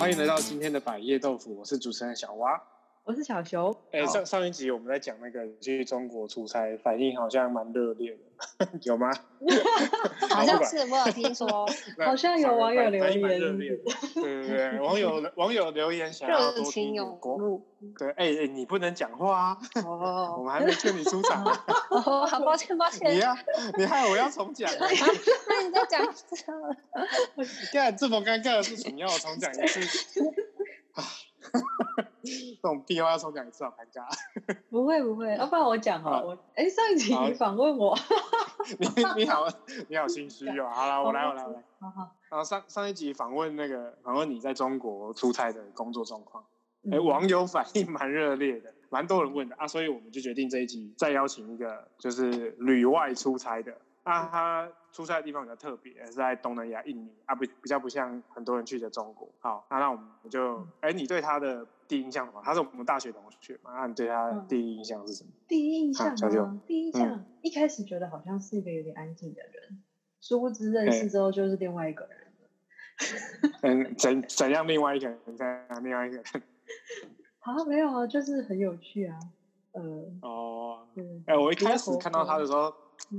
欢迎来到今天的百叶豆腐，我是主持人小蛙， 我是小熊。 上一集我们在讲那个去中国出差，反应好像蛮热烈的，有吗？ 好像是，我有听说， 好像有网友留言， 对，网友留言想要多听一点国，对，你不能讲话啊，我们还没劝你出场啊。 好抱歉， 你害我要重讲了。 那你再讲一次。 干这么尴尬的事情，要我重讲一次？这种屁话要重讲一次，好尴尬。 不会，要不然我讲好了。上一集你访问我， 你好心虚哦。好了，我来。 好。 然后上一集访问你在中国出差的工作状况，网友反应蛮热烈的，蛮多人问的啊，所以我们就决定这一集再邀请一个就是旅外出差的。他出差的地方比较特别，是在东南亚印尼啊，比较不像很多人去的中国。好，那我们就你对他的第一印象什么？他是我们大学同学嘛？那你对他的第一印象是什么？ 第一印象吗？第一印象，一开始觉得好像是一个有点安静的人，殊不知认识之后就是另外一个人了。 怎样另外一个人？另外一个人？ 没有啊，就是很有趣啊。 我一开始看到他的时候。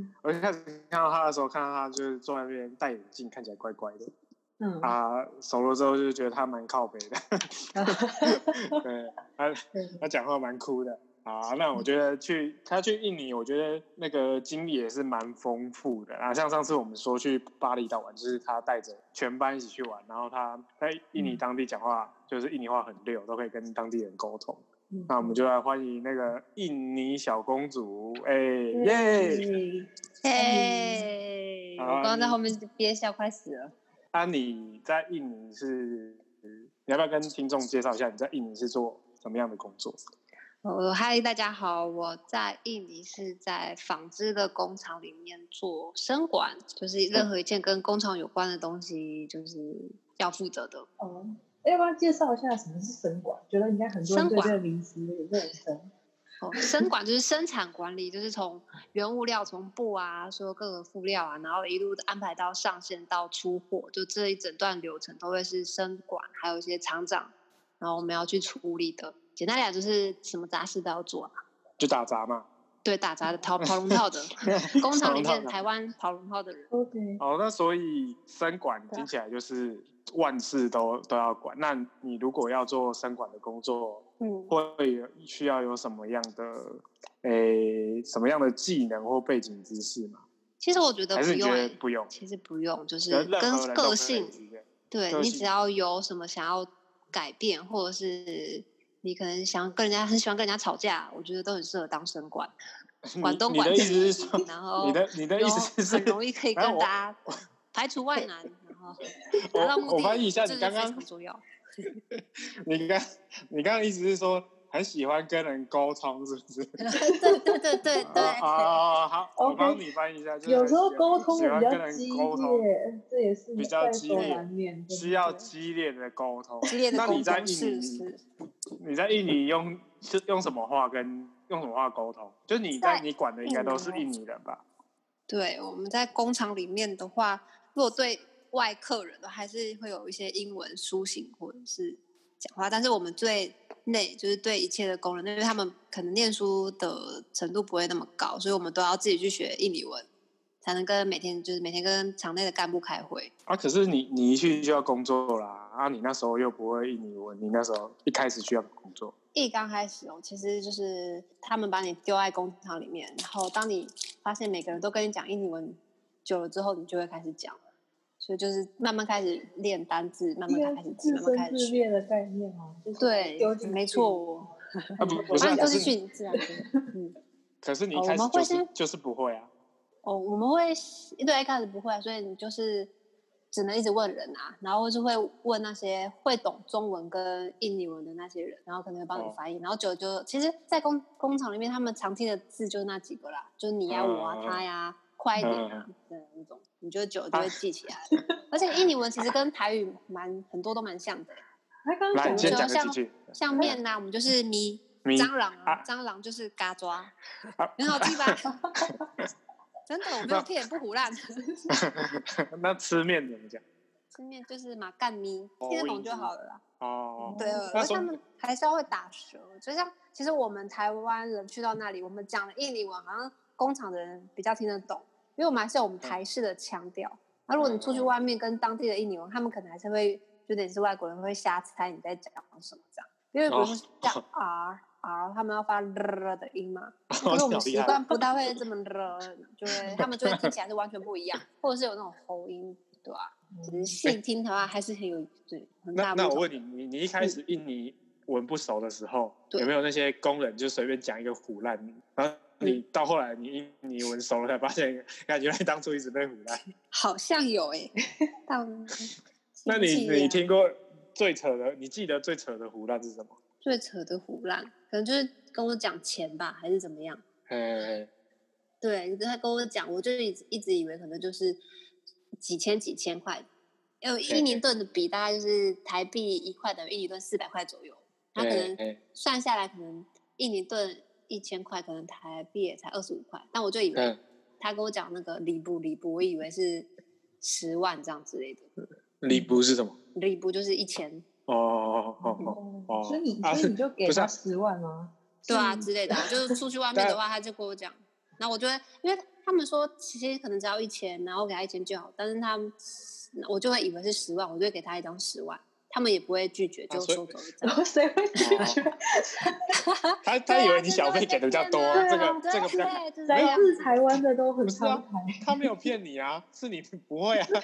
看到他就是坐在那边戴眼镜，看起来怪怪的。熟了之后就觉得他蛮靠北的。对，他讲话蛮酷的。好，那我觉得他去印尼，我觉得那个经历也是蛮丰富的啊。像上次我们说去巴厘岛玩，就是他带着全班一起去玩，然后他在印尼当地讲话，就是印尼话很溜，都可以跟当地人沟通。那我们就来欢迎那个印尼小公主， 耶！我刚刚在后面憋笑，快死了。 你在印尼你要不要跟听众介绍一下你在印尼是做什么样的工作？ 嗨，大家好，我在印尼是在纺织的工厂里面做生管，就是任何一件跟工厂有关的东西，就是要负责的。 要不要介绍一下什么是生管？觉得应该很多人对这个名词有点陌生。 生管就是生产管理，就是从原物料，从布啊，所有各个辅料啊，然后一路安排到上线到出货，就这一整段流程都会是生管，还有一些厂长，然后我们要去处理的。简单来讲，就是什么杂事都要做啊。 就打杂嘛。 对，打杂的跑龙套的，工厂里面台湾跑龙套的人。 OK。 那所以生管听起来就是万事都要管。那你如果要做生管的工作，会需要有什么样的技能或背景知识吗？ 其实我觉得不用， 还是你觉得不用？ 其实不用，就是跟个性，对你只要有什么想要改变，或者是你可能想很喜欢跟人家吵架，我觉得都很适合当生管，管东管西。然后你的意思是很容易可以跟大家排除万难，然后达到目的。 我翻译一下，你刚刚非常重要。 你刚刚意思是说很喜欢跟人沟通，是不是？ 对。 好，我帮你翻译一下。 有时候沟通比较激烈，这也是比较激烈，需要激烈的沟通。那你在印尼用什么话沟通？就是你管的应该都是印尼人吧？ 对，我们在工厂里面的话，如果对外客人的还是会有一些英文书信或者是讲话，但是我们最内就是对一切的工人，因为他们可能念书的程度不会那么高，所以我们都要自己去学印尼文，才能每天跟厂内的干部开会。 可是你一去就要工作啦，你那时候又不会印尼文，你那时候一开始需要工作？ 刚开始其实就是他们把你丢在工厂里面，然后当你发现每个人都跟你讲印尼文久了之后，你就会开始讲。所以就是慢慢开始练单字，慢慢开始记，慢慢开始自练的概念就是对，没错。 不是， 都是去自然的。 可是你一开始就是不会啊。 我们会一开始不会，所以你就是只能一直问人啊，然后或是会问那些会懂中文跟印尼文的那些人，然后可能会帮你翻译，然后久了就其实，在工厂里面，他们常听的字就是那几个啦，就是你呀、我啊、他呀。快一点啊的那种，你就久了就会记起来。而且印尼文其实跟台语很多都蛮像的。 来，先讲个几句。 像面我们就是咪蟑螂啊，蟑螂就是嘎抓，很好记吧？真的，我没有骗，不胡乱。 那吃面怎么讲？ 吃面就是马干咪，听得懂就好了啦。 哦， 对，而他们还是要会打舌，就像其实我们台湾人去到那里，我们讲的印尼文，好像工厂的人比较听得懂，因为我们还是有我们台式的腔调。那如果你出去外面跟当地的印尼文，他们可能还是会觉得你是外国人，会瞎猜你在讲什么这样。因为比如说像 R，他们要发的音嘛，可是我们习惯不太会这么他们就会听起来是完全不一样，或者是有那种喉音，对吧？只是细听的话，还是很有很大不同。 那我问你，你一开始印尼文不熟的时候，有没有那些工人就随便讲一个唬烂你，然后你到后来你印尼文熟了才发现，原来当初一直被唬烂？ 好像有那你听过最扯的？你记得最扯的唬烂是什么？ 最扯的唬烂，可能就是跟我讲钱吧，还是怎么样？对，他跟我讲，我就一直以为可能就是几千块，因为印尼盾的比大概就是台币1块等于印尼盾400块左右，他可能算下来可能印尼盾1000块，可能台币也才25块，但我就以为他跟我讲那个里布，我以为是10万这样之类的。 里布是什么？ 里布就是1000。 所以你就给他10万吗？ 对啊，之类的啊，就是出去外面的话，他就跟我讲，然后我就会，因为他们说其实可能只要1000，然后给他1000就好，但是我就会以为是10万，我就会给他一张10万，他们也不会拒绝，就收走了这样。 谁会拒绝？ 他以为你小费给的比较多，这个比较来自台湾的都很慷慨。 他没有骗你啊，是你不会啊。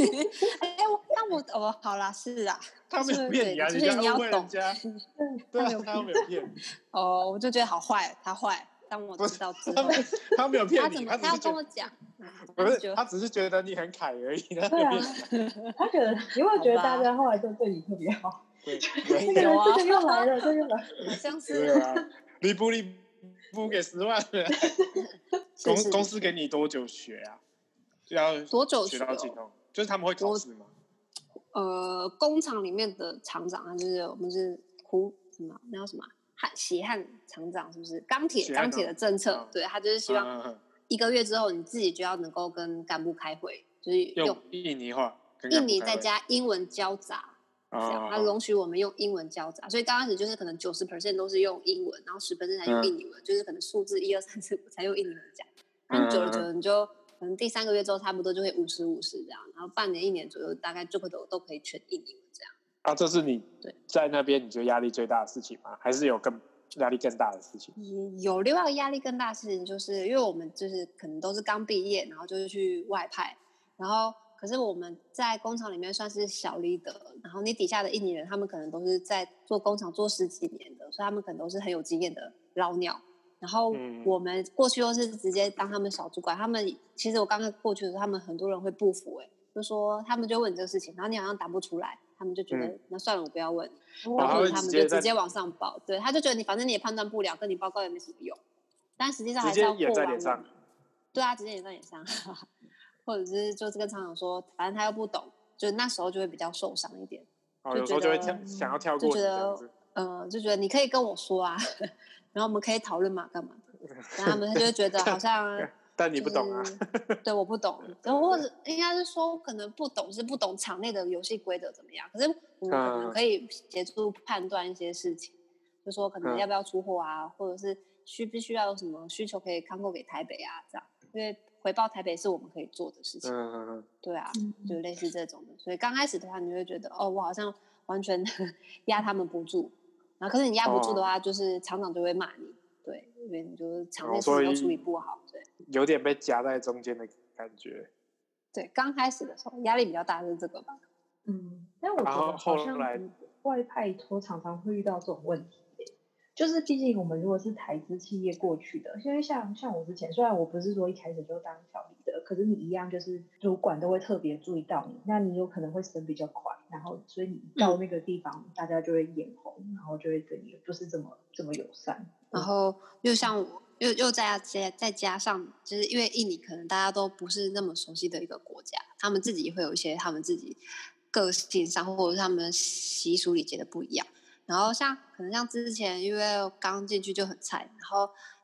但我好啦，是啊， 他没有骗你啊， 就是你要懂。 对啊，他没有骗你。 我就觉得好坏，他坏。当我知道之后， 他没有骗你， 他要跟我讲， 不是，他只是觉得你很凯而已。 对啊，他觉得你会觉得大家后来都对你特别好。 对， 有啊，这又来了， 好像是。 对啊，你不给10万公司给你多久学啊？要多久学到精通？就是他们会考试吗？ 工厂里面的厂长，就是我们是什么那叫什么血汗厂长，是不是钢铁的政策？对，他就是希望1个月之后你自己就要能够跟干部开会，就是用印尼话， 印尼再加英文交杂，这样他容许我们用英文交杂，所以刚开始就是可能90% 都是用英文，然后10%才用印尼文，就是可能数字1、2、3、4、5才用印尼文讲，但久了久了你就可能第3个月之后差不多就会50-50这样，然后半年1年左右大概就都可以全印尼文这样。 这是你在那边你觉得压力最大的事情吗？还是有压力更大的事情？ 有另外一个压力更大的事情，就是因为我们就是可能都是刚毕业，然后就是去外派，然后可是我们在工厂里面算是小 leader， 然后你底下的印尼人他们可能都是在做工厂做10几年的，所以他们可能都是很有经验的老鸟。然后我们过去都是直接当他们小主管，他们其实我刚刚过去的时候，他们很多人会不服，就说他们就问你这个事情，然后你好像答不出来，他们就觉得那算了，我不要问，然后他们就直接往上报，对，他就觉得你反正你也判断不了，跟你报告也没什么用，但实际上还是要过完我们。对啊，直接演在脸上，或者是就是跟厂长说，反正他又不懂，就那时候就会比较受伤一点， 有时候就会想要跳过， 就觉得你可以跟我说啊，然后我们可以讨论嘛，干嘛的？然后他们就会觉得好像， 但你不懂啊， 对，我不懂，或者应该是说可能不懂是不懂场内的游戏规则怎么样，可是我们可能可以协助判断一些事情，就说可能要不要出货啊，或者是必须要有什么需求可以康购给台北啊，这样，因为回报台北是我们可以做的事情，对啊，就类似这种的，所以刚开始的话，你会觉得我好像完全压他们不住。然后可是你压不住的话，就是厂长就会骂你，对，因为你就是场内事情都处理不好，对， 有点被夹在中间的感觉。 对，刚开始的时候压力比较大是这个吧。 但我觉得好像外派托常常会遇到这种问题，就是毕竟我们如果是台资企业过去的，因为像我之前，虽然我不是说一开始就当小李的，可是你一样就是主管都会特别注意到你，那你有可能会升比较快，然后所以你到那个地方，大家就会眼红，然后就会对你不是这么友善。 然后又像又再加上，就是因为印尼可能大家都不是那么熟悉的一个国家，他们自己会有一些他们自己个性上或者是他们习俗礼节的不一样。然后可能像之前因为刚进去就很菜，然后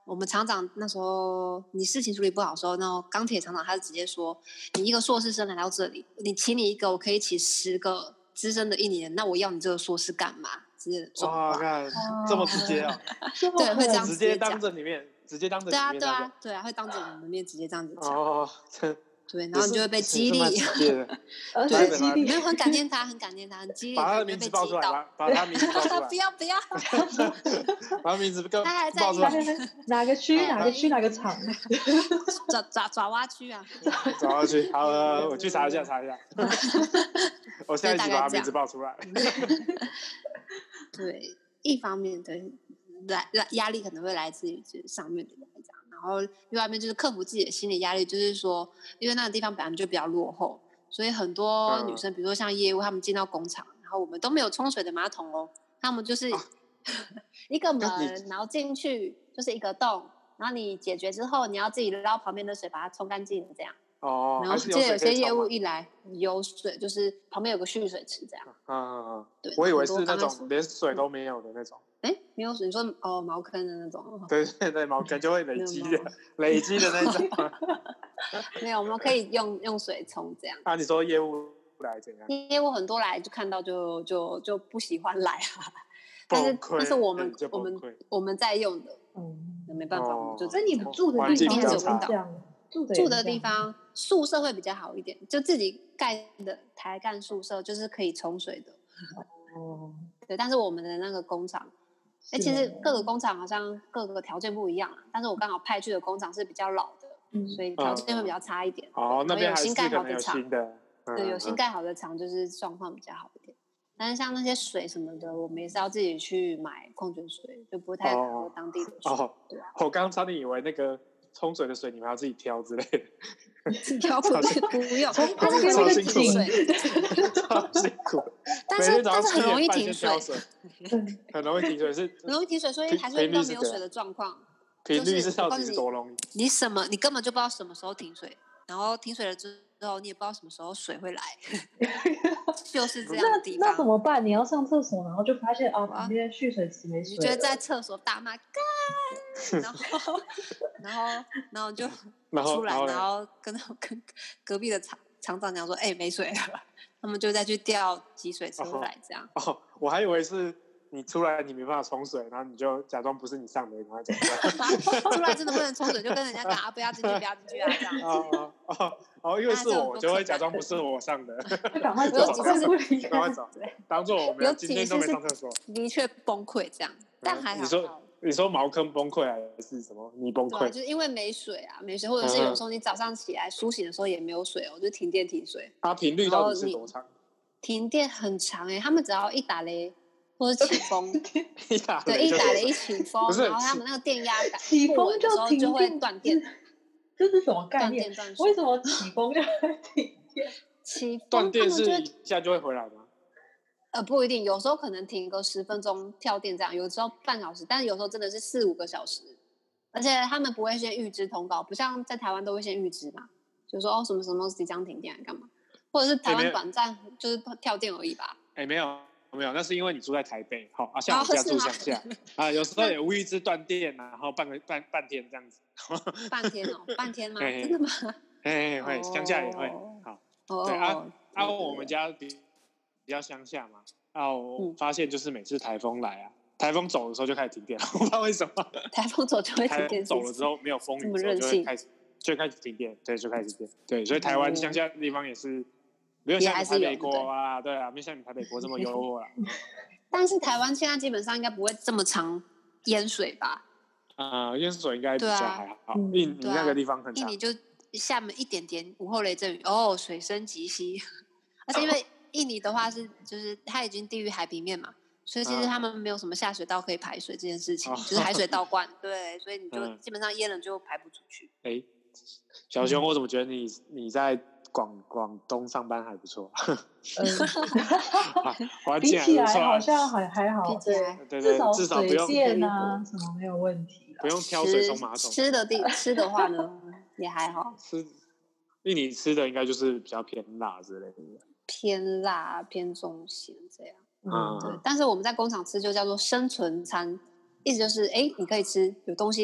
我们厂长那时候你事情处理不好的时候，那钢铁厂长他就直接说，你一个硕士生来到这里，请你一个，我可以请10个资深的印尼人，那我要你这个硕士干嘛？之类的这种话。 哇，看这么直接啊！ 对，会这样直接当着你面，直接当着你面。 对啊，会当着我们的面直接这样子讲。 哦， 对，然后你就会被激励。 对，激励。 没有很感念他，很激励。 把他的名字报出来，把他名字报出来。 不要。 把他名字报出来。 哪个区？哪个厂？ 爪哇区啊。 爪哇区，好，我去查一下。我下一集把他名字报出来。 对，一方面对压力可能会来自于这上面的来讲。然后另外一面就是克服自己的心理压力，就是说，因为那个地方本来就比较落后，所以很多女生，比如说像业务，他们进到工厂，然后我们都没有冲水的马桶哦，他们就是一个门，然后进去就是一个洞，然后你解决之后，你要自己捞旁边的水把它冲干净，这样。 哦。 然后记得有些业务一来有水，就是旁边有个蓄水池这样。对， 我以为是那种连水都没有的那种。 没有水，你说茅坑的那种。 对，茅坑就会累积的那种。 没有，我们可以用水冲这样。 你说业务来怎样？ 业务很多来就看到就不喜欢来啊。但是我们在用的，没办法，我们就。 所以你住的地方有这样， 住的地方宿舍会比较好一点，就自己盖的台干宿舍就是可以冲水的。对，但是我们的那个工厂。其实各个工厂好像各个条件不一样啊，但是我刚好派去的工厂是比较老的，所以条件会比较差一点。 那边还是有新盖好的厂， 对， 有新盖好的厂就是状况比较好一点。但是像那些水什么的，我们也是要自己去买矿泉水，就不太喝当地的水。对啊。 我刚刚差点以为那个冲水的水你们要自己挑之类的。 自己挑不用， 它是那个井， 超辛苦。 但是很容易停水， 很容易停水很容易停水，所以还是会遇到没有水的状况。 频率是到底是多容易？ 你根本就不知道什么时候停水，然后停水了之后你也不知道什么时候水会来，就是这样的地方。 那怎么办？你要上厕所，然后就发现旁边蓄水池没水， 你就在厕所大骂干，然后就出来，然后跟隔壁的厂长讲说，没水了，他们就再去调集水车来这样。 我还以为是你出来你没办法冲水，然后你就假装不是你上的，然后讲出来真的不能冲水，就跟人家讲不要进去这样。 因为是我就会假裝不是我上的， 赶快走， 赶快走，当做我们今天都没上厕所。 的确崩溃这样，但还好。 你说茅坑崩溃还是什么？你崩溃？ 就是因为没水，或者是有时候你早上起来梳洗的时候也没有水就停电停水。 频率到底是多长？ 停电很长他们只要一打雷或者起风， 一打雷一起风，然后他们那个电压感起风就会断电。 这是什么概念？为什么起风就会停电？ 起风断电是一下就会回来吗？ 不一定，有时候可能停个10分钟跳电这样，有时候半小时，但是有时候真的是4-5个小时，而且他们不会先预知通告，不像在台湾都会先预知嘛，就说什么什么即将停电干嘛，或者是台湾短暂就是跳电而已吧。 没有，那是因为你住在台北，像我家住乡下有时候也无预知断电然后半天这样子。 半天吗？真的吗？ 会乡下也会。对我们家比较乡下嘛，我发现就是每次台风来台风走的时候就开始停电了，我不知道为什么。 台风走就会停电， 走了之后没有风雨之后就开始停电，对，就开始停电。对，所以台湾乡下的地方也是没有像台北国对啊，没有像你台北国这么优渥啦。 但是台湾现在基本上应该不会这么常淹水吧？ 淹水应该比较还好。你那个地方很长， 印尼就下面一点点午后雷阵雨，水深及膝，而且因为印尼的话就是它已经低于海平面嘛，所以其实他们没有什么下水道可以排水这件事情，就是海水倒灌。对，所以你就基本上淹了就排不出去。 小熊，我怎么觉得你在广东上班还不错？ 比起来好像还好， 对， 至少水电什么没有问题， 不用挑水冲马桶。 吃的话呢也还好。 印尼吃的应该就是比较偏辣之类的。 偏辣偏重咸这样。但是我们在工厂吃就叫做生存餐，意思就是你可以吃，有东西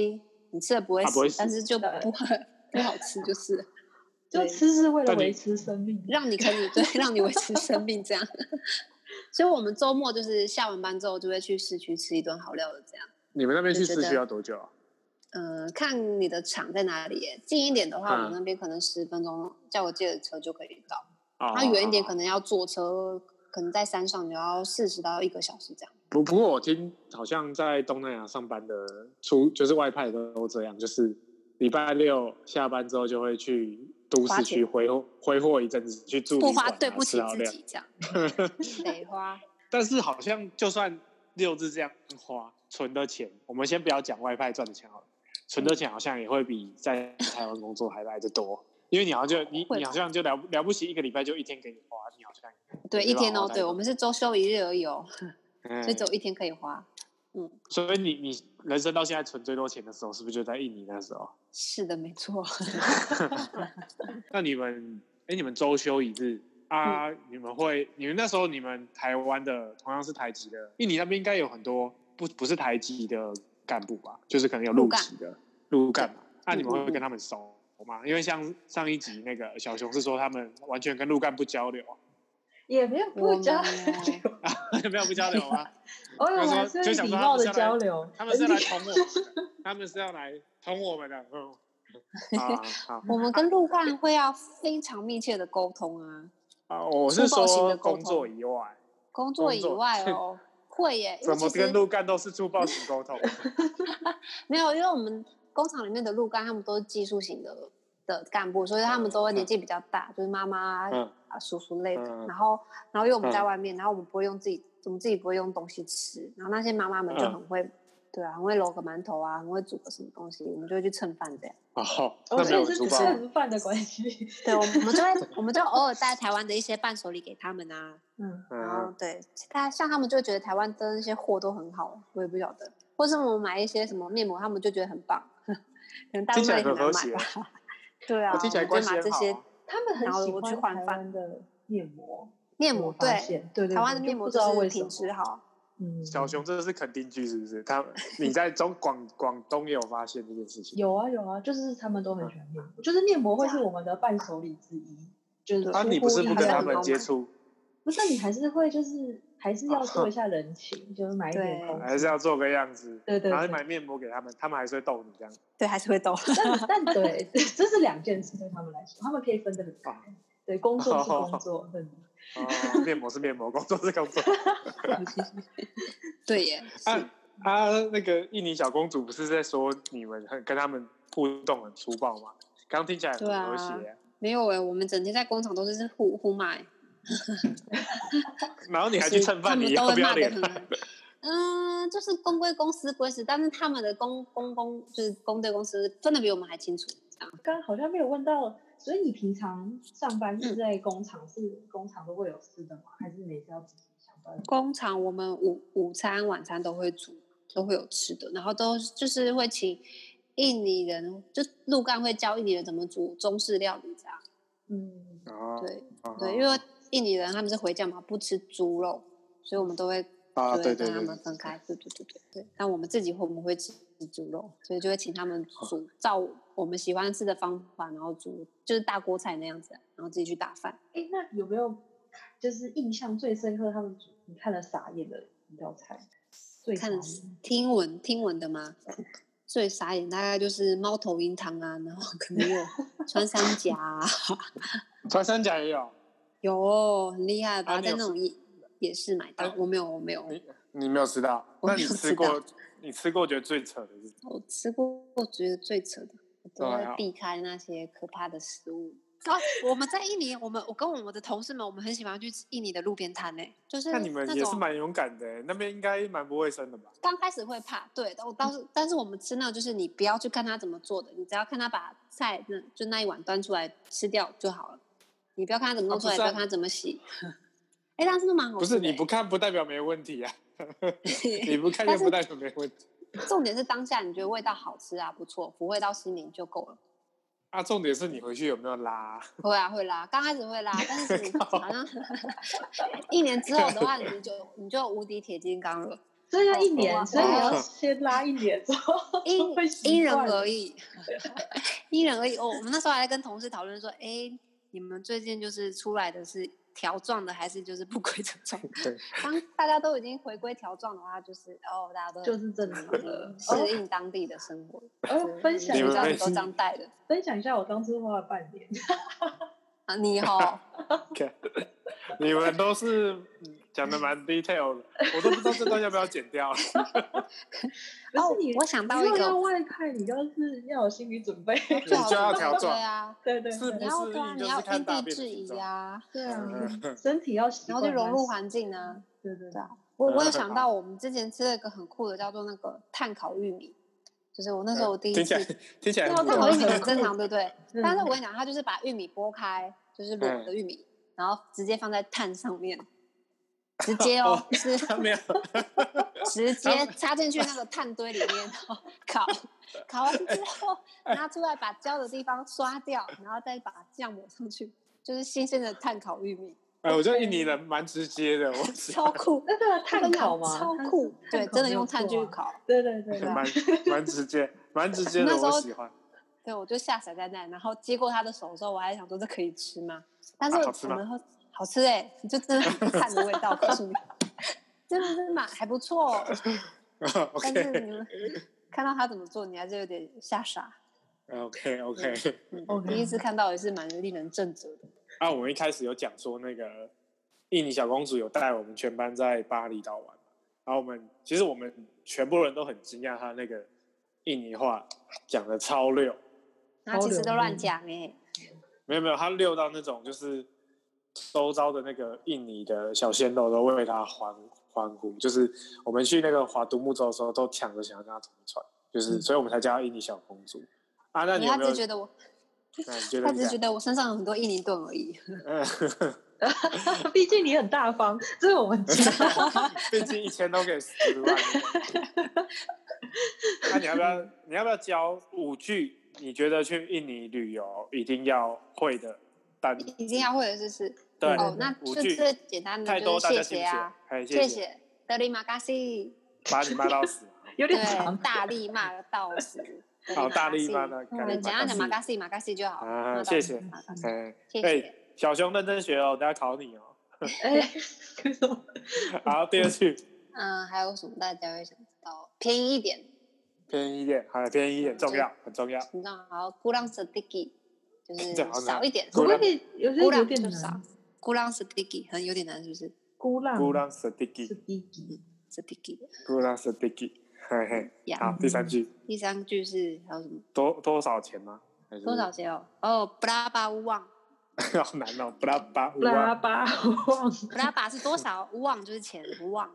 你吃了不会死，但是就不好吃，就是就吃是为了维持生命， 让你可以让你维持生命这样。所以我们周末就是下完班之后就会去市区吃一顿好料的这样。 你们那边去市区要多久啊？ 看你的场在哪里耶。近一点的话，我们那边可能10分钟，叫我借的车就可以到。然后远一点可能要坐车，可能在山上你要40到1个小时这样。 不过我听好像在东南亚上班的就是外派都这样，就是礼拜6下班之后就会去都市区挥霍一阵子，去住旅馆， 不花对不起自己这样，得花。 但是好像就算6日这样花，存的钱，我们先不要讲外派赚的钱好了，存的钱好像也会比在台湾工作还来得多。因为你好像你好像就了不起，1个礼拜就1天给你花，你好像对1天哦，对，我们是周休1日而已哦，所以只有1天可以花。 所以你人生到现在存最多钱的时候，是不是就在印尼那时候？ 是的，没错。 那你们周休1日啊？你们那时候你们台湾的同样是台籍的，印尼那边应该有很多不是台籍的干部吧？就是可能有陆籍的陆干嘛？那你们会跟他们熟吗？因为像上一集那个小熊是说他们完全跟陆干不交流。 也没有不交流， 没有不交流吗？ 我有还是礼貌的交流。 他们是来捅我，他们是要来捅我们的。 我们跟陆干会要非常密切的沟通啊。 我是说工作以外。 工作以外哦，会耶。 怎么跟陆干都是粗暴型沟通？ 没有，因为我们工厂里面的陆干他们都是技术型的干部，所以他们都会年纪比较大，就是妈妈叔叔类的。然后因为我们在外面，然后我们不会我们自己不会用东西吃，然后那些妈妈们就很会，对啊，很会揉个馒头啊，很会煮个什么东西，我们就会去蹭饭这样。 那没有是蹭饭的关系。 对，我们就偶尔带台湾的一些伴手礼给他们啊。然后对，像他们就觉得台湾的那些货都很好，我也不晓得，或是我们买一些什么面膜，他们就觉得很棒，可能大陆也很难买吧。对啊， 听起来关系很好。 他们很喜欢台湾的面膜，对， 台湾的面膜就是品质好。 小熊这是肯定句是不是？你在广东也有发现这件事情？ 有啊，就是他们都很喜欢面膜，就是面膜会是我们的伴手礼之一。就是你不是不跟他们接触？ 不是，你还是会还是要做一下人情，就是买一点东西， 还是要做个样子。 对， 然后买面膜给他们，他们还是会逗你这样。 对，还是会逗。 但对，这是2件事对他们来说，他们可以分得很开。对，工作是工作，对。 面膜是面膜，工作是工作。 对耶。 那个印尼小公主不是在说你们跟他们互动很粗暴吗？刚听起来很和谐。 没有我们整天在工厂都是互骂。 然后你还去蹭饭，你要不要脸？ 就是公归公，私归私，但是他们的公就是公对公司分的比我们还清楚。 刚好像没有问到，所以你平常上班是在工厂，工厂都会有吃的吗？还是每次要自己想办法？ 工厂我们午餐、晚餐都会煮，都会有吃的，然后就是会请印尼人，就陆干会教印尼人怎么煮中式料理这样。对，因为印尼人他们是回教嘛，不吃猪肉，所以我们都会跟他们分开。对。但我们自己我们会吃猪肉，所以就会请他们煮照我们喜欢吃的方法，然后煮就是大锅菜那样子，然后自己去打饭。 那有没有就是印象最深刻他们煮你看了傻眼的一道菜？ 看听闻的吗？最傻眼大概就是猫头鹰汤啊，然后可能有穿山甲啊。 穿山甲也有很厉害吧？在那种夜市买到。我没有。 你没有吃到？那你吃过？你吃过觉得最扯的是什么？ 我吃过觉得最扯的，我都会避开那些可怕的食物。我们在印尼，我跟我们的同事们，我们很喜欢去印尼的路边摊就是那你们也是蛮勇敢的那边应该蛮不卫生的吧？ 刚开始会怕，对，但是我们吃那就是你不要去看他怎么做的，你只要看他把菜就那一碗端出来吃掉就好了，你不要看他怎么弄出来，不要看他怎么洗。但是蛮好吃的。 不是你不看不代表没问题啊，你不看也不代表没问题。 重点是当下你觉得味道好吃啊，不错，不会到心里就够了。 重点是你回去有没有拉？ 会拉，刚开始会拉，但是好像1年之后的话，你就无敌铁金刚了。 所以要1年，所以你要先拉1年之后， 因人而异，因人而异。我们那时候还在跟同事讨论说，你们最近就是出来的是条状的还是就是不规则状？ 对， 当大家都已经回归条状的话，就是大家都就是正常的适应当地的生活。 分享一下，你都这样带的。 分享一下，我当初花了半年。 你好， 你们都是讲的蛮 detail 的，我都不知道这段要不要剪掉。 不是我想到一个， 要外派，你就是要有心理准备， 你就要条状， 对啊， 对， 是不是你要因地制宜啊， 对啊，身体要习惯， 然后就融入环境啊， 对啊。我有想到，我们之前吃了一个很酷的，叫做那个碳烤玉米，就是我那时候第一次听起来碳烤玉米很正常，对不对？但是我跟你讲，它就是把玉米剥开，就是裸的玉米，然后直接放在炭上面，直接是没有， 直接插进去那个炭堆里面，然后烤完之后拿出来，把焦的地方刷掉，然后再把酱抹上去，就是新鲜的炭烤玉米。 我觉得印尼人蛮直接的， 超酷， 那个炭烤吗？ 超酷，对，真的用炭去烤， 对， 蛮直接，蛮直接的，我喜欢。 对，我就下载在那，然后接过他的手的时候，我还想说这可以吃吗？但是我们说好吃你就真的很炭的味道，告诉你，真的是还不错。但是你们看到他怎么做，你还是有点吓傻。 OK， 第一次看到也是蛮令人震慑的。 我们一开始有讲说那个印尼小公主有带我们全班在巴厘岛玩，然后其实我们全部人都很惊讶，她那个印尼话讲的超溜。 他其实都乱讲没有，他溜到那种就是周遭的那个印尼的小鲜肉都为他欢呼，就是我们去那个划独木舟的时候都抢着想要跟他同船，就是所以我们才叫她印尼小公主。那你有没有？ 他只觉得我，他只觉得我身上有很多印尼盾而已。 毕竟你很大方，这是我们知道。 毕竟1000都给10万。那你要不要教5句？你觉得去印尼旅游一定要会的一定要会的是对那最简单的就是谢谢啊，谢谢，德里马嘎西， 把你骂到死， 有点长， 大力骂到死。 好，大力骂的， 简单讲马嘎西就好。 谢谢，谢谢。小熊认真学哦，等下考你哦。好，第2句。 还有什么大家会想知道？便宜一点， 好，便宜一点，重要，很重要。 好，kurang sedikit， 就是少一点。 有点难。 kurang sedikit 很有点难，是不是 ？kurang sedikit。kurang sedikit。嘿，好，第3句。 第3句是还有什么？ 多少钱吗？ 多少钱？berapa uang。 好难哦 ，berapa uang。berapa 是多少？uang 就是钱，uang。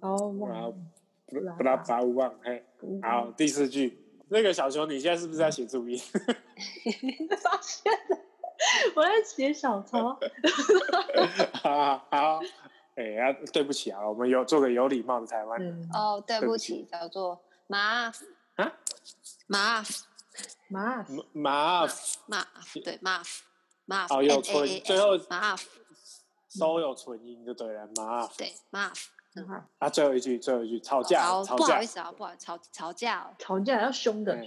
berapa uang。嘿，好，第4句。那个小熊，你现在是不是在写注音？ 发现了，我在写小抄。 好。对不起啊，我们做个有礼貌的台湾人。 对不起，叫做maaf。maaf。对 maaf。 有纯，最后 maaf 都有纯音就对了 maaf。 对 maaf。 最后一句，吵架。 不好意思啊，不好意思，吵架要凶的。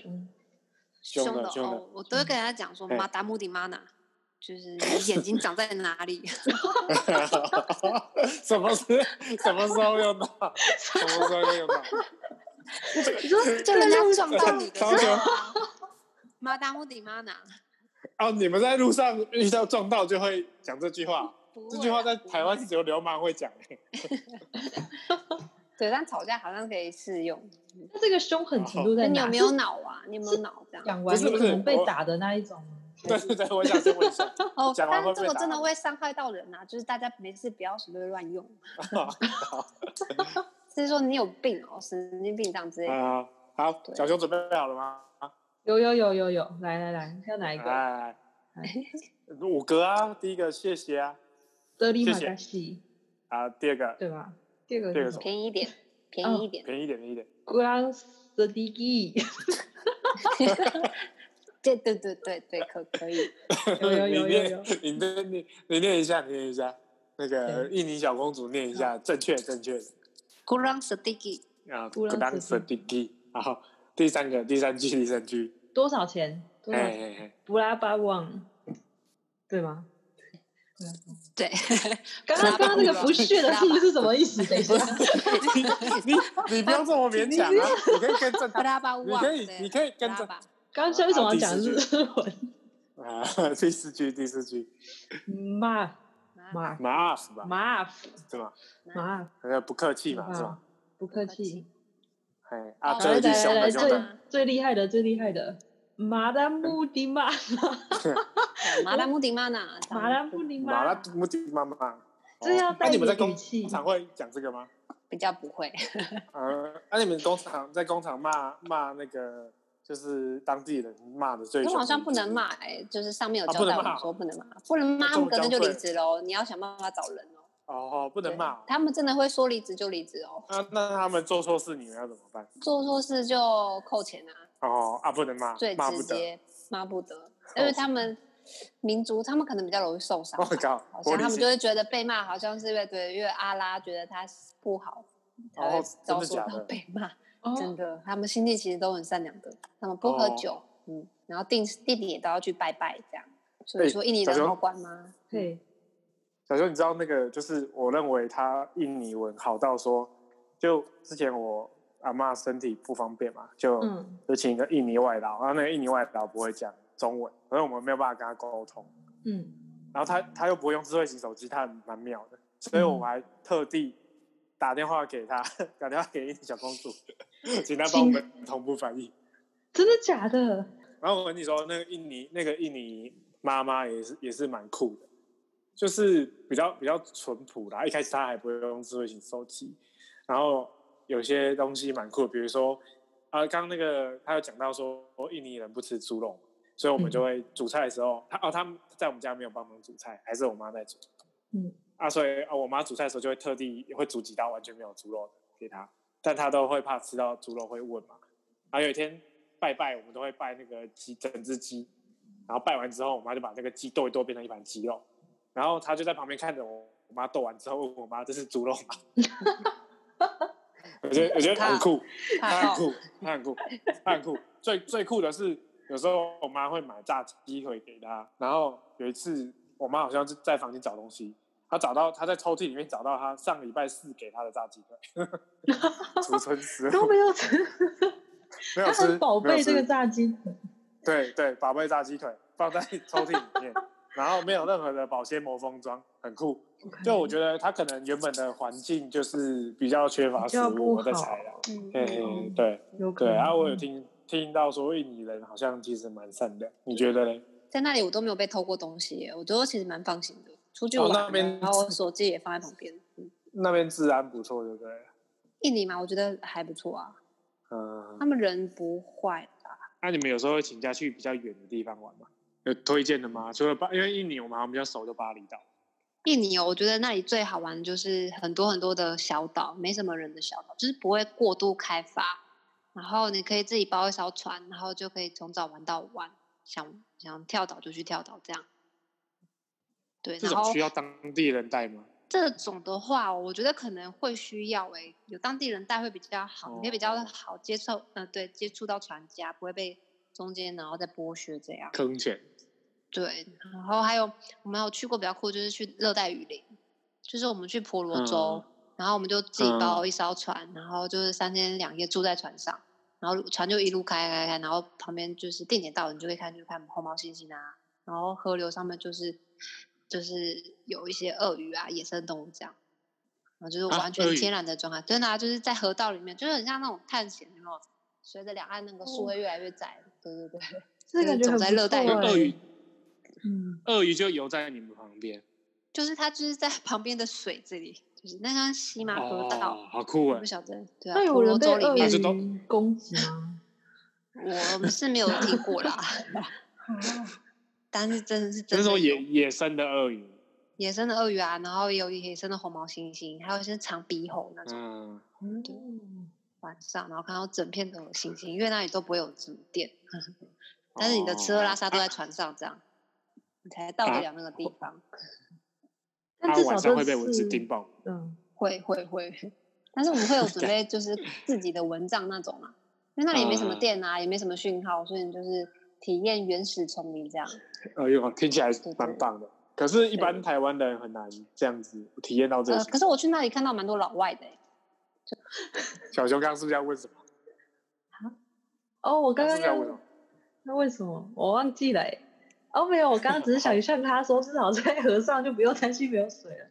我都会跟人家讲说，Madamu di mana，就是你眼睛长在哪里？ 什么时候用到？ 就人家撞到你的时候，Madamu di mana。 你们在路上遇到撞到就会讲这句话？这句话在台湾是只有流氓会讲。 对，但吵架好像可以适用。 那这个凶狠程度在哪？ 你有没有脑啊？你有没有脑？这样讲完有可能被打的那一种。 对，我想先问一下。 但是这个真的会伤害到人啊！就是大家没事不要随便乱用。是说你有病神经病这样之类的。 好，小熊准备好了吗？ 有，来，要哪一个？ 来，5个啊！第一个谢谢啊， 德里马嘎西。 第2个对吧？第二个便宜一点。 kurang sedikit。 对，可以。 有。 你念一下，那个印尼小公主念一下，正确的。 kurang sedikit。 Gudang Sedikit， 然后第三句多少钱？布拉巴旺，对吗？ 对， 刚刚那个不屑的屁是什么意思？等一下， 你不要这么勉强啊！你可以跟正他，你可以跟正。 刚刚为什么讲日文？ 第四句，maaf 吧 ，maaf 是吗 ？maaf 不客气嘛，是吗？ 不客气。 最后一句凶的， 最厉害的。马达穆迪玛， 马达穆迪玛娜， 这要带点语气。 你们在工厂会讲这个吗？ 比较不会。 你们在工厂骂那个就是当地人骂的最凶。 好像不能骂就是上面有交代我们说不能骂，不能骂，他们可能就离职喽。你要想办法找人哦，不能骂。 他们真的会说离职就离职哦。 那他们做错事，你们要怎么办？ 做错事就扣钱啊。 不能骂， 最直接，骂不得，因为他们民族，他们可能比较容易受伤。好像他们就会觉得被骂，好像是因为阿拉觉得他不好，才会遭受到被骂。真的，他们心地其实都很善良的，他们不喝酒，然后地点也都要去拜拜这样。所以说印尼人好管吗？ 对。 小修，你知道那个就是我认为他印尼文好到说，就之前我阿嬷身体不方便嘛，就请一个印尼外劳，然后那个印尼外劳不会讲中文，所以我们没有办法跟他沟通。然后他又不会用智慧型手机，他蛮妙的，所以我还特地打电话给他，打电话给印尼小公主，请他帮我们同步翻译。 真的假的？ 然后我跟你说，那个印尼妈妈也是蛮酷的，就是比较淳朴啦。一开始他还不会用智慧型手机，然后有些东西蛮酷的，比如说刚刚那个他有讲到说印尼人不吃猪肉，所以我们就会煮菜的时候，他在我们家没有帮忙煮菜，还是我妈在煮。所以我妈煮菜的时候就会特地会煮几道完全没有猪肉的给他，但他都会怕吃到猪肉会问嘛。有一天拜我们都会拜那个整只鸡，然后拜完之后，我妈就把那个鸡剁一剁变成一盘鸡肉，然后他就在旁边看着我妈剁完之后问我妈这是猪肉吗？我觉得很酷，他很酷。最酷的是有时候我妈会买炸鸡腿给他，然后有一次我妈好像是在房间找东西，她在抽屉里面找到她上礼拜4给她的炸鸡腿，储存食都没有吃， 没有吃， 很宝贝这个炸鸡腿，对，宝贝炸鸡腿放在抽屉里面，然后没有任何的保鲜膜封装，很酷。就我觉得他可能原本的环境就是比较缺乏食物，我在猜啦。对，我有听到说印尼人好像其实蛮善良，你觉得呢？ 在那里我都没有被偷过东西耶，我觉得其实蛮放心的。出去玩，然后我手机也放在旁边。 那边治安不错，对不对？ 印尼嘛，我觉得还不错啊。他们人不坏吧？ 那你们有时候会请假去比较远的地方玩吗？有推荐的吗？除了因为印尼我们好像比较熟，就巴厘岛。 印尼我觉得那里最好玩的就是很多很多的小岛，没什么人的小岛，就是不会过度开发，然后你可以自己包一艘船，然后就可以从早玩到晚，想跳岛就去跳岛这样。对， 这种需要当地人带吗？ 这种的话，我觉得可能会需要有当地人带会比较好，你可以比较好接触到船家，不会被中间然后再剥削这样。 坑钱。 对，然后还有我们有去过比较酷，就是去热带雨林，就是我们去婆罗洲，然后我们就自己包一艘船，然后就是3天2夜住在船上，然后船就一路开，然后旁边就是定点到，你就可以看红毛猩猩啊，然后河流上面就是有一些鳄鱼啊、野生动物这样，然后就是完全天然的状态，真的就是在河道里面，就是很像那种探险，有没有？随着两岸那个树会越来越窄，对， 这感觉走在热带鳄鱼。鳄鱼就游在你们旁边， 就是它就是在旁边的水这里，就是那个西马河道， 好酷我不晓得，对啊， 那有人被鳄鱼攻击吗？ 我们是没有听过啦，但是真的就是说野生的鳄鱼， 野生的鳄鱼啊，然后也有野生的红毛猩猩，还有一些长鼻猴那种，对，晚上然后看到整片的猩猩，因为那里都不会有什么电，但是你的吃喝拉撒都在船上这样。你才到得了那个地方， 但至少晚上会被蚊子叮爆。 会， 但是我们会有准备就是自己的蚊帐那种嘛，因为那里也没什么电啊，也没什么讯号，所以你就是体验原始丛林这样。 听起来蛮棒的。可是，一般台湾人很难这样子体验到这些。 可是我去那里看到蛮多老外的。 小熊刚刚是不是要问什么？ 我刚刚要问什么？ 那为什么我忘记了？没有，我刚刚只是想向他说，至少在河上就不用担心没有水了。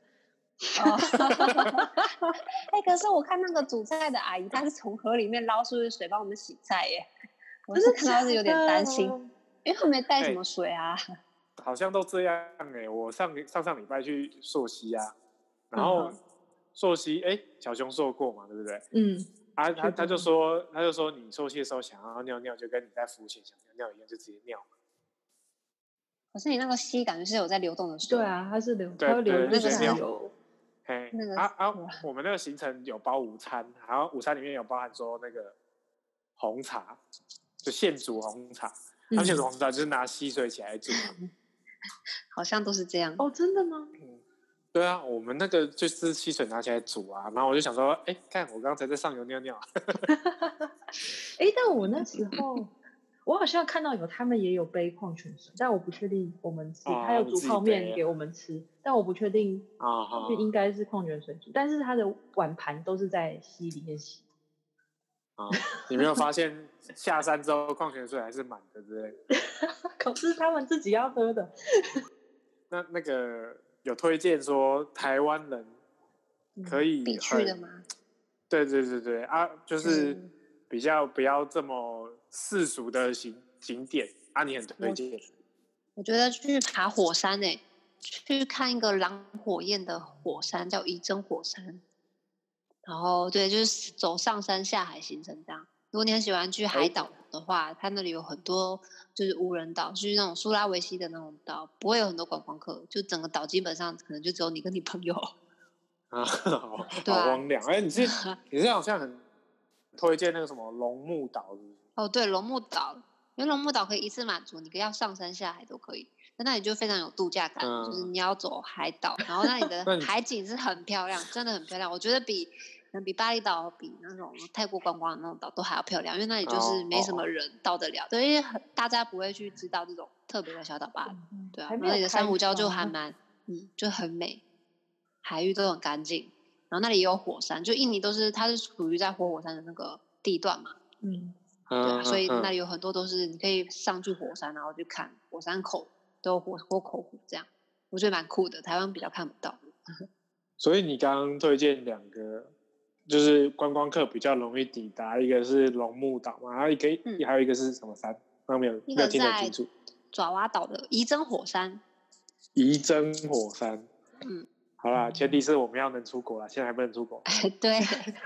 可是我看那个煮菜的阿姨，她是从河里面捞出水帮我们洗菜耶。我是看到是有点担心，因为她没带什么水啊。 好像都这样我上礼拜去溯溪啊，然后溯溪小熊溯过嘛，对不对？他就说你溯溪的时候想要尿尿，就跟你在浮潜想尿尿一样，就直接尿。 可是你那个溪感觉是有在流动的水。 对啊，它是流， 它会流那个是有。 我们那个行程有包午餐，然后午餐里面有包含说那个红茶，就现煮红茶。他们现煮红茶就是拿溪水起来煮。 好像都是这样。 真的吗？ 对啊，我们那个就是溪水拿起来煮啊，然后我就想说，看我刚才在上游尿尿。 但我那时候我好像看到他们也有杯矿泉水，但我不确定我们吃，他有煮泡面给我们吃，但我不确定应该是矿泉水煮，但是他的碗盘都是在溪里面洗。 你没有发现下山之后矿泉水还是满的之类的？ 可是他们自己要喝的。 那个有推荐说台湾人可以必去的吗？ 对啊，就是比较不要这么世俗的景点啊，你很推荐？ 我觉得去爬火山去看一个蓝火焰的火山，叫仪征火山。然后对，就是走上山下海行程这样。如果你很喜欢去海岛的话，它那里有很多就是无人岛，就是那种苏拉维西的那种岛，不会有很多观光客，就整个岛基本上可能就只有你跟你朋友。 好荒凉！你是好像很推荐那个什么龙目岛是不是？ 对，龙目岛，因为龙目岛可以一次满足你要上山下海都可以，那里就非常有度假感，就是你要走海岛，然后那里的海景是很漂亮，真的很漂亮，我觉得比巴厘岛、比那种泰国观光的那种岛都还要漂亮，因为那里就是没什么人到得了，对，因为大家不会去知道这种特别的小岛吧？对啊，那里的珊瑚礁就还蛮，就很美，海域都很干净，然后那里也有火山，就印尼它是处于在活火山的那个地段嘛，对啊，所以那里有很多都是你可以上去火山，然后去看火山口都有火口湖这样，我觉得蛮酷的，台湾比较看不到。 所以你刚刚推荐2个。就是观光客比较容易抵达，一个是龙目岛嘛，然后还有一个是什么山？刚没有听得清楚。 爪哇岛的仪征火山。 仪征火山。好啦，前提是我们要能出国啦，现在还不能出国。 对。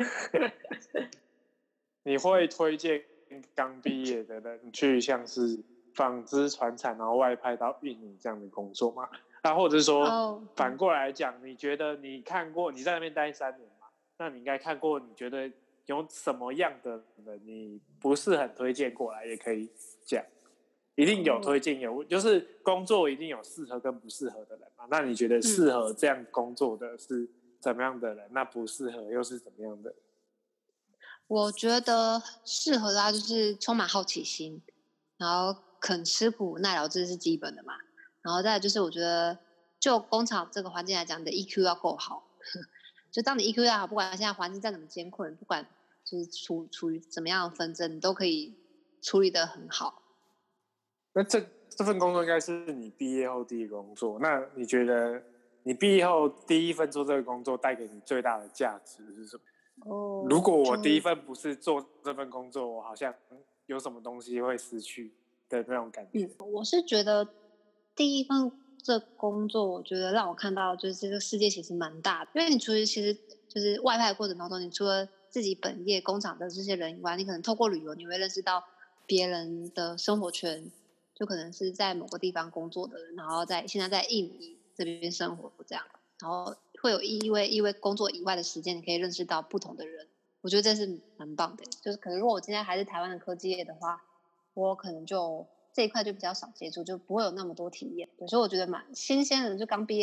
你会推荐刚毕业的人去像是纺织传产，然后外派到印尼这样的工作吗？或者是说反过来讲，你觉得你看过你在那边待3年？那你应该看过，你觉得有什么样的人你不是很推荐过来，也可以讲。一定有推荐就是工作一定有适合跟不适合的人嘛。那你觉得适合这样工作的是怎么样的人？那不适合又是怎么样的人？ 我觉得适合的话就是充满好奇心，然后肯吃苦耐劳，这是基本的嘛。然后再来就是我觉得就工厂这个环境来讲，你的 EQ 要够好。就当你 EQ 要好，不管现在环境再怎么艰困，不管就是处于怎么样的纷争，你都可以处理得很好。 那这份工作应该是你毕业后第一个工作，那你觉得你毕业后第一份做这个工作带给你最大的价值是什么？如果我第一份不是做这份工作，我好像有什么东西会失去的那种感觉。 我是觉得第一份这工作，我觉得让我看到就是这个世界其实蛮大的，因为你除了其实就是外派的过程当中，你除了自己本业工厂的这些人以外，你可能透过旅游，你会认识到别人的生活圈，就可能是在某个地方工作的人，然后现在在印尼这边生活这样，然后会有因为工作以外的时间，你可以认识到不同的人，我觉得这是蛮棒的。就是可能如果我今天还是台湾的科技业的话，我可能就这一块就比较少接触，就不会有那么多体验。所以我觉得蛮新鲜的，就刚毕业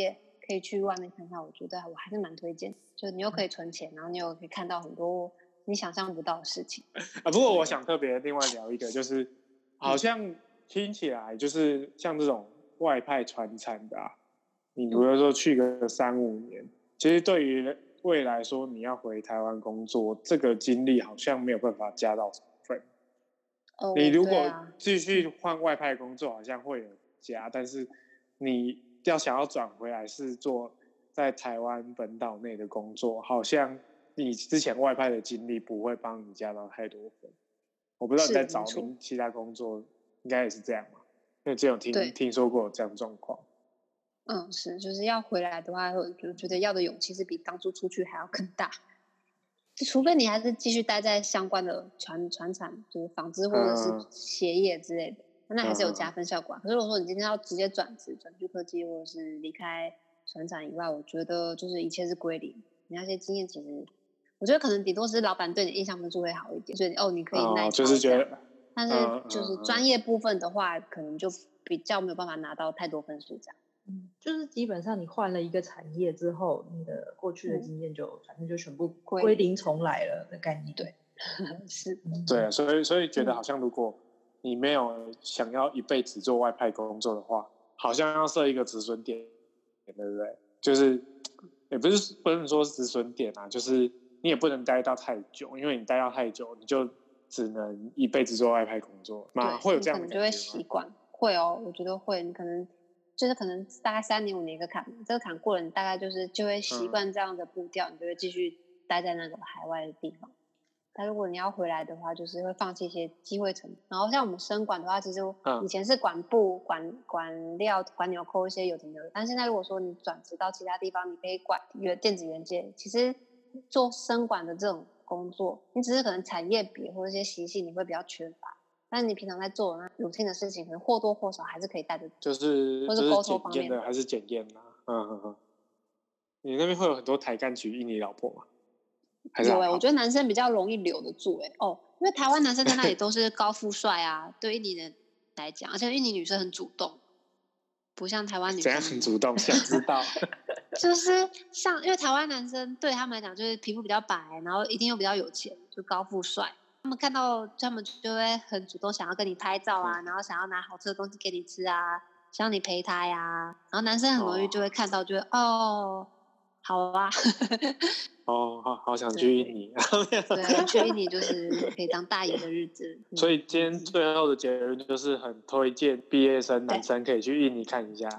可以去外面看看，我觉得我还是蛮推荐，就你又可以存钱，然后你又可以看到很多你想象不到的事情。 不过我想特别另外聊一个，就是好像听起来就是像这种外派传产的啊，你如果说去个3-5年，其实对于未来说你要回台湾工作，这个经历好像没有办法加到分。你如果继续换外派工作，好像会有加，但是你要想要转回来是做在台湾本岛内的工作，好像你之前外派的经历不会帮你加到太多分。我不知道你在找其他工作，应该也是这样嘛？因为之前有听说过这样的状况。 是，就是要回来的话，我就觉得要的勇气是比当初出去还要更大。除非你还是继续待在相关的传产，就是纺织或者是鞋业之类的，那还是有加分效果。可是如果说你今天要直接转职，转去科技或者是离开传产以外，我觉得就是一切是归零。你那些经验，其实我觉得可能顶多是老板对你印象分数会好一点，所以你可以耐操就是觉得， 但是就是专业部分的话，可能就比较没有办法拿到太多分数这样。 就是基本上你换了一个产业之后，你的过去的经验就反正就全部归零重来了的概念。 对，是， 对，所以觉得好像如果你没有想要一辈子做外派工作的话，好像要设一个止损点，对不对？就是也不能说止损点啊，就是你也不能待到太久，因为你待到太久，你就只能一辈子做外派工作嘛，会有这样的感觉吗？ 可能就会习惯，会哦，我觉得会，你可能大概3年5年一个坎，这个坎过了，你大概就会习惯这样的步调，你就会继续待在那个海外的地方。但如果你要回来的话，就是会放弃一些机会成本。然后像我们生管的话，其实以前是管布、管料、管纽扣一些有的没有的，但现在如果说你转职到其他地方，你可以管电子元件。其实做生管的这种工作，你只是可能产业别或者一些习性你会比较缺乏。但是你平常在做的那routine的事情，可能或多或少还是可以带得， 就是沟通方面的还是检验啦。你那边会有很多台干娶印尼老婆吗？ 有我觉得男生比较容易留得住因为台湾男生在那里都是高富帅啊，对印尼人来讲，而且印尼女生很主动，不像台湾女生。 怎样很主动？想知道？ 就是因为台湾男生对他们来讲就是皮肤比较白，然后一定又比较有钱，就高富帅。他们看到他们就会很主动，想要跟你拍照啊，然后想要拿好吃的东西给你吃啊，想要你陪他呀。然后男生很容易就会看到，就会好啊。 好想去印尼。 对，去印尼就是可以当大爷的日子。 所以今天最后的结论就是很推荐毕业生男生可以去印尼看一下。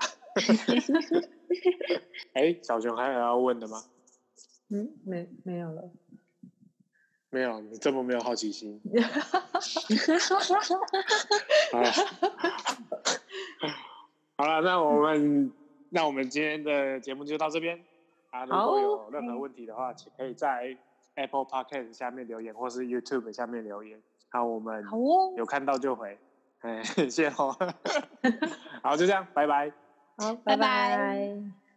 小熊还有要问的吗？ 没有了。 没有，你这么没有好奇心。好了，那我们今天的节目就到这边啊。如果有任何问题的话，请可以在 Apple Podcast 下面留言，或是 YouTube 下面留言。我们有看到就回。谢谢哦。好，就这样，拜拜。 好，拜拜。